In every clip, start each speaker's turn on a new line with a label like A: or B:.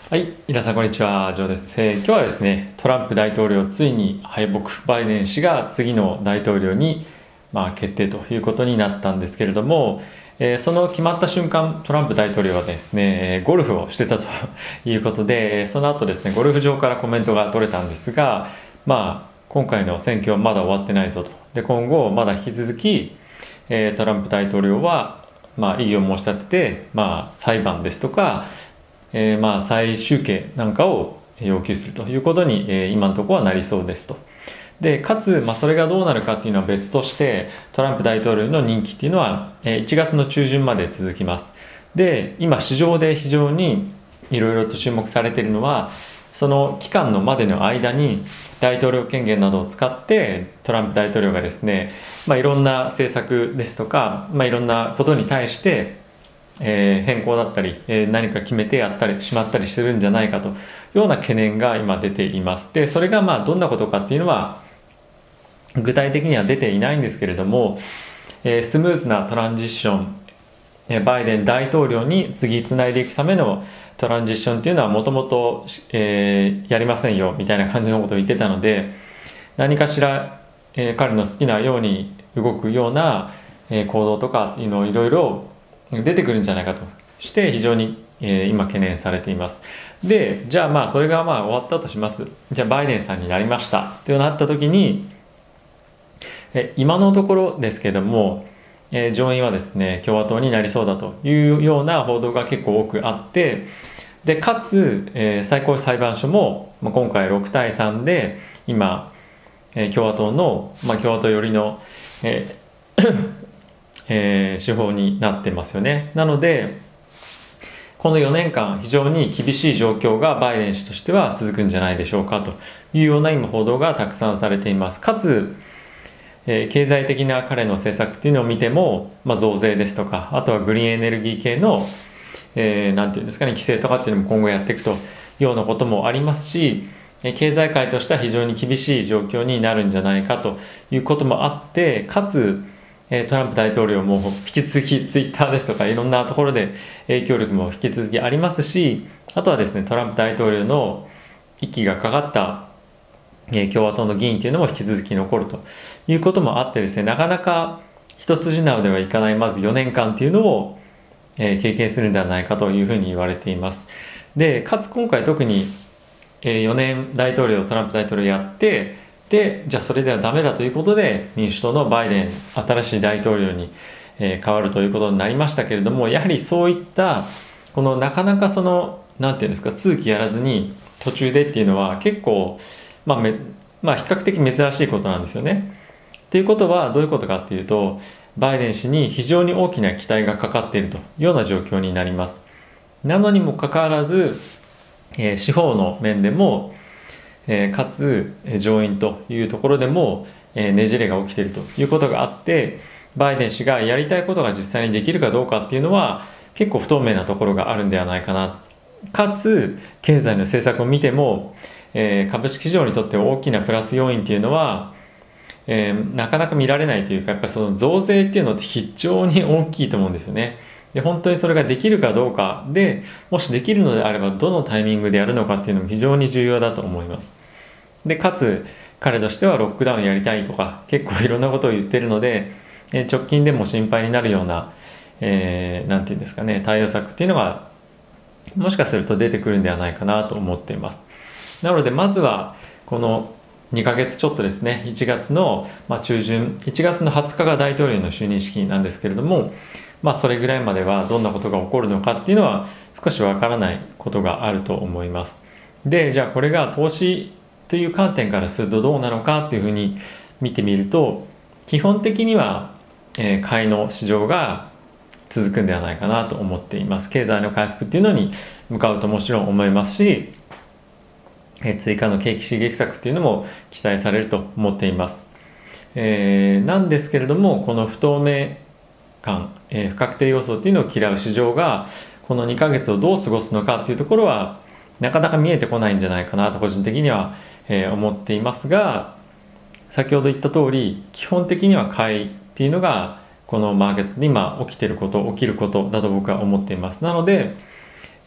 A: はい、皆さんこんにちは、ジョーです。今日はですね、トランプ大統領ついに敗北、バイデン氏が次の大統領に、決定ということになったんですけれども、その決まった瞬間、トランプ大統領はですね、ゴルフをしてたということで、その後ですね、ゴルフ場からコメントが取れたんですが、今回の選挙はまだ終わってないぞと。で、今後まだ引き続き、トランプ大統領は、異議を申し立てて、裁判ですとか、再集計なんかを要求するということに、今のところはなりそうですと。で、かつ、それがどうなるかっていうのは別として、トランプ大統領の任期っていうのは、1月の中旬まで続きます。で、今市場で非常にいろいろと注目されているのは、その期間のまでの間に大統領権限などを使ってトランプ大統領がですね、いろんな政策ですとか、いろんなことに対して変更だったり、何か決めてやったりしまったりしてるんじゃないかというような懸念が今出ています。で、それがどんなことかっていうのは具体的には出ていないんですけれども、スムーズなトランジション、バイデン大統領に次つないでいくためのトランジションっていうのはもともとやりませんよみたいな感じのことを言ってたので、何かしら、彼の好きなように動くような、行動とかいうのをいろいろ出てくるんじゃないかとして非常に、今懸念されています。で、じゃあそれが終わったとします。じゃあバイデンさんになりましたとなった時に、今のところですけども、上院はですね共和党になりそうだというような報道が結構多くあって、でかつ、最高裁判所も、今回6対3で今、共和党の、共和党寄りの、手法になってますよね。なのでこの4年間非常に厳しい状況がバイデン氏としては続くんじゃないでしょうかというような今報道がたくさんされています。かつ、経済的な彼の政策っていうのを見ても、増税ですとか、あとはグリーンエネルギー系の、なんていうんですかね、規制とかっていうのも今後やっていくというようなこともありますし、経済界としては非常に厳しい状況になるんじゃないかということもあって、かつトランプ大統領も引き続きツイッターですとかいろんなところで影響力も引き続きありますし、あとはですねトランプ大統領の息がかかった共和党の議員というのも引き続き残るということもあってですね、なかなか一筋縄ではいかないまず4年間というのを経験するんではないかというふうに言われています。でかつ今回特に4年トランプ大統領やって、でじゃあそれではダメだということで民主党のバイデン新しい大統領に変わるということになりましたけれども、やはりそういったこのなかなかそのなんていうんですか、通期やらずに途中でっていうのは結構比較的珍しいことなんですよね。っていうことはどういうことかっていうと、バイデン氏に非常に大きな期待がかかっているというような状況になります。なのにもかかわらず、司法の面でも、かつ上院というところでも、ねじれが起きているということがあって、バイデン氏がやりたいことが実際にできるかどうかっていうのは結構不透明なところがあるんではないかな。かつ経済の政策を見ても、株式市場にとって大きなプラス要因っていうのは、なかなか見られないというか、やっぱりその増税っていうのって非常に大きいと思うんですよね。で本当にそれができるかどうかで、もしできるのであればどのタイミングでやるのかっていうのも非常に重要だと思います。でかつ彼としてはロックダウンやりたいとか結構いろんなことを言ってるので、直近でも心配になるような、なんていうんですかね、対応策っていうのがもしかすると出てくるんではないかなと思っています。なのでまずはこの2ヶ月ちょっとですね、1月の中旬、1月の20日が大統領の就任式なんですけれども、それぐらいまではどんなことが起こるのかっていうのは少しわからないことがあると思います。で、じゃあこれが投資という観点からするとどうなのかっていうふうに見てみると、基本的には、買いの市場が続くんではないかなと思っています。経済の回復っていうのに向かうともちろん思いますし、追加の景気刺激策っていうのも期待されると思っています。なんですけれども、この不透明感、不確定要素っていうのを嫌う市場がこの2ヶ月をどう過ごすのかっていうところはなかなか見えてこないんじゃないかなと個人的には、思っていますが、先ほど言った通り基本的には買いっていうのがこのマーケットで今起きることだと僕は思っています。なので、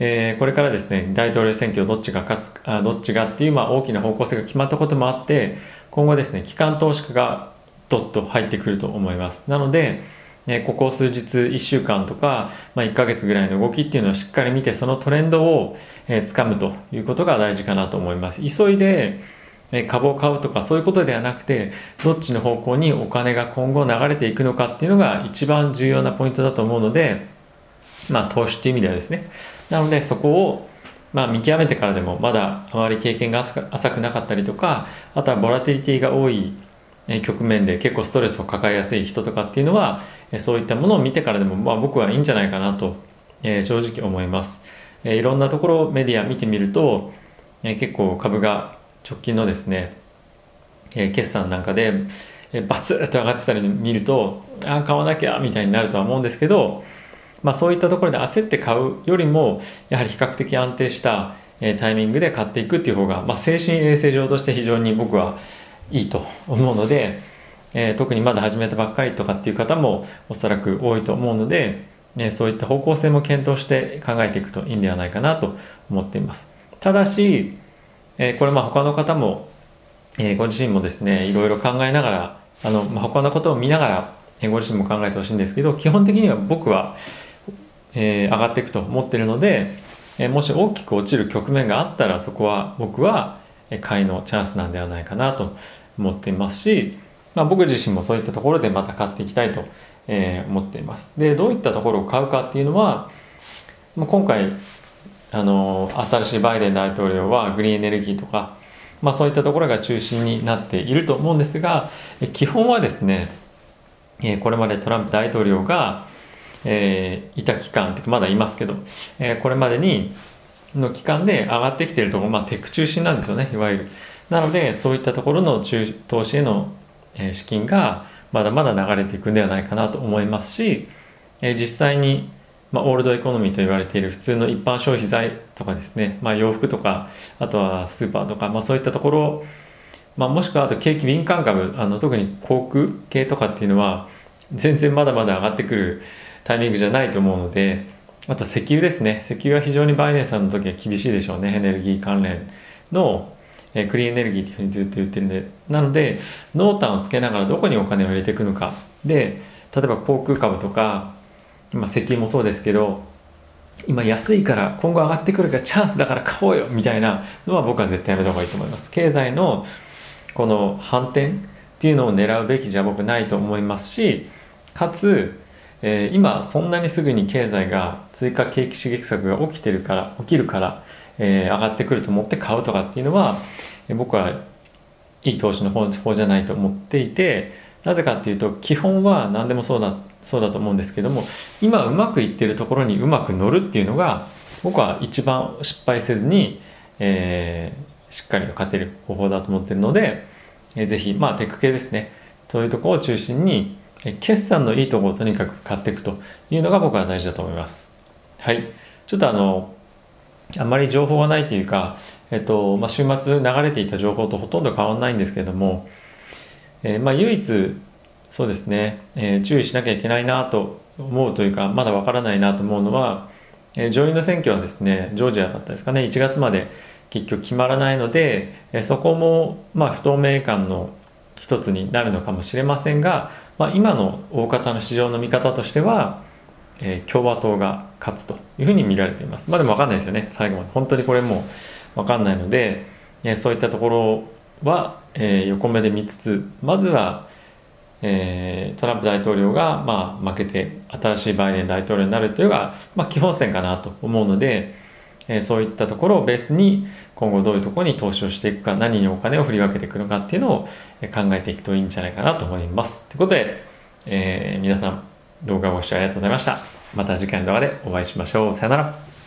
A: これからですね、大統領選挙どっちが勝つか、どっちがっていう、大きな方向性が決まったこともあって、今後ですね、機関投資家がどっと入ってくると思います。なので、ここ数日、1週間とか、1ヶ月ぐらいの動きっていうのをしっかり見て、そのトレンドを掴むということが大事かなと思います。急いで株を買うとかそういうことではなくて、どっちの方向にお金が今後流れていくのかっていうのが一番重要なポイントだと思うので、投資っていう意味ではですね。なのでそこを見極めてからでも、まだあまり経験が浅くなかったりとか、あとはボラティリティが多い局面で結構ストレスを抱えやすい人とかっていうのは、そういったものを見てからでも、僕はいいんじゃないかなと、正直思います。いろんなところメディア見てみると、結構株が直近のですね、決算なんかでバツッと上がってたり見ると、買わなきゃみたいになるとは思うんですけど、そういったところで焦って買うよりも、やはり比較的安定したタイミングで買っていくっていう方が、精神衛生上として非常に僕はいいと思うので、特にまだ始めたばっかりとかっていう方もおそらく多いと思うので、そういった方向性も検討して考えていくといいんではないかなと思っています。ただし、これ他の方も、ご自身もですね、いろいろ考えながら、他のことを見ながら、ご自身も考えてほしいんですけど、基本的には僕は上がっていくと思っているので、もし大きく落ちる局面があったら、そこは僕は買いのチャンスなんではないかなと思っていますし、僕自身もそういったところでまた買っていきたいと思っています。で、どういったところを買うかっていうのは、今回新しいバイデン大統領はグリーンエネルギーとか、そういったところが中心になっていると思うんですが、基本はですね、これまでトランプ大統領がいた期間、まだいますけど、これまでの期間で上がってきているところ、テック中心なんですよね、いわゆる。なので、そういったところの投資への資金がまだまだ流れていくんではないかなと思いますし、実際に、オールドエコノミーと言われている普通の一般消費財とかですね、洋服とか、あとはスーパーとか、そういったところ、もしくはあと景気敏感株、特に航空系とかっていうのは全然まだまだ上がってくるタイミングじゃないと思うので、あと石油ですね。石油は非常にバイデンさんの時は厳しいでしょうね。エネルギー関連のクリーンエネルギーっていうふうにずっと言ってるんで。なので、濃淡をつけながらどこにお金を入れていくのか。で、例えば航空株とか、石油もそうですけど、今安いから今後上がってくるからチャンスだから買おうよみたいなのは僕は絶対やめた方がいいと思います。経済のこの反転っていうのを狙うべきじゃ僕ないと思いますし、かつ、今そんなにすぐに経済が追加景気刺激策が起きるから、上がってくると思って買うとかっていうのは、僕はいい投資の方じゃないと思っていて、なぜかっていうと基本は何でもそうだと思うんですけども、今うまくいってるところにうまく乗るっていうのが僕は一番失敗せずに、しっかりと勝てる方法だと思ってるので、ぜひテック系ですね、そういうところを中心に決算のいいところをとにかく買っていくというのが僕は大事だと思います。はい。ちょっとあまり情報がないというか、週末流れていた情報とほとんど変わらないんですけれども、唯一そうですね、注意しなきゃいけないなと思うというか、まだわからないなと思うのは、上院の選挙はですね、ジョージアだったですかね、1月まで結局決まらないので、そこも不透明感の一つになるのかもしれませんが、今の大方の市場の見方としては、共和党が勝つというふうに見られています。でも分かんないですよね、最後まで。本当にこれも分かんないので、そういったところは、横目で見つつ、まずは、トランプ大統領が、負けて新しいバイデン大統領になるというのが、基本線かなと思うので、そういったところをベースに今後どういうところに投資をしていくか、何にお金を振り分けていくのかっていうのを考えていくといいんじゃないかなと思います。ということで、皆さん動画をご視聴ありがとうございました。また次回の動画でお会いしましょう。さよなら。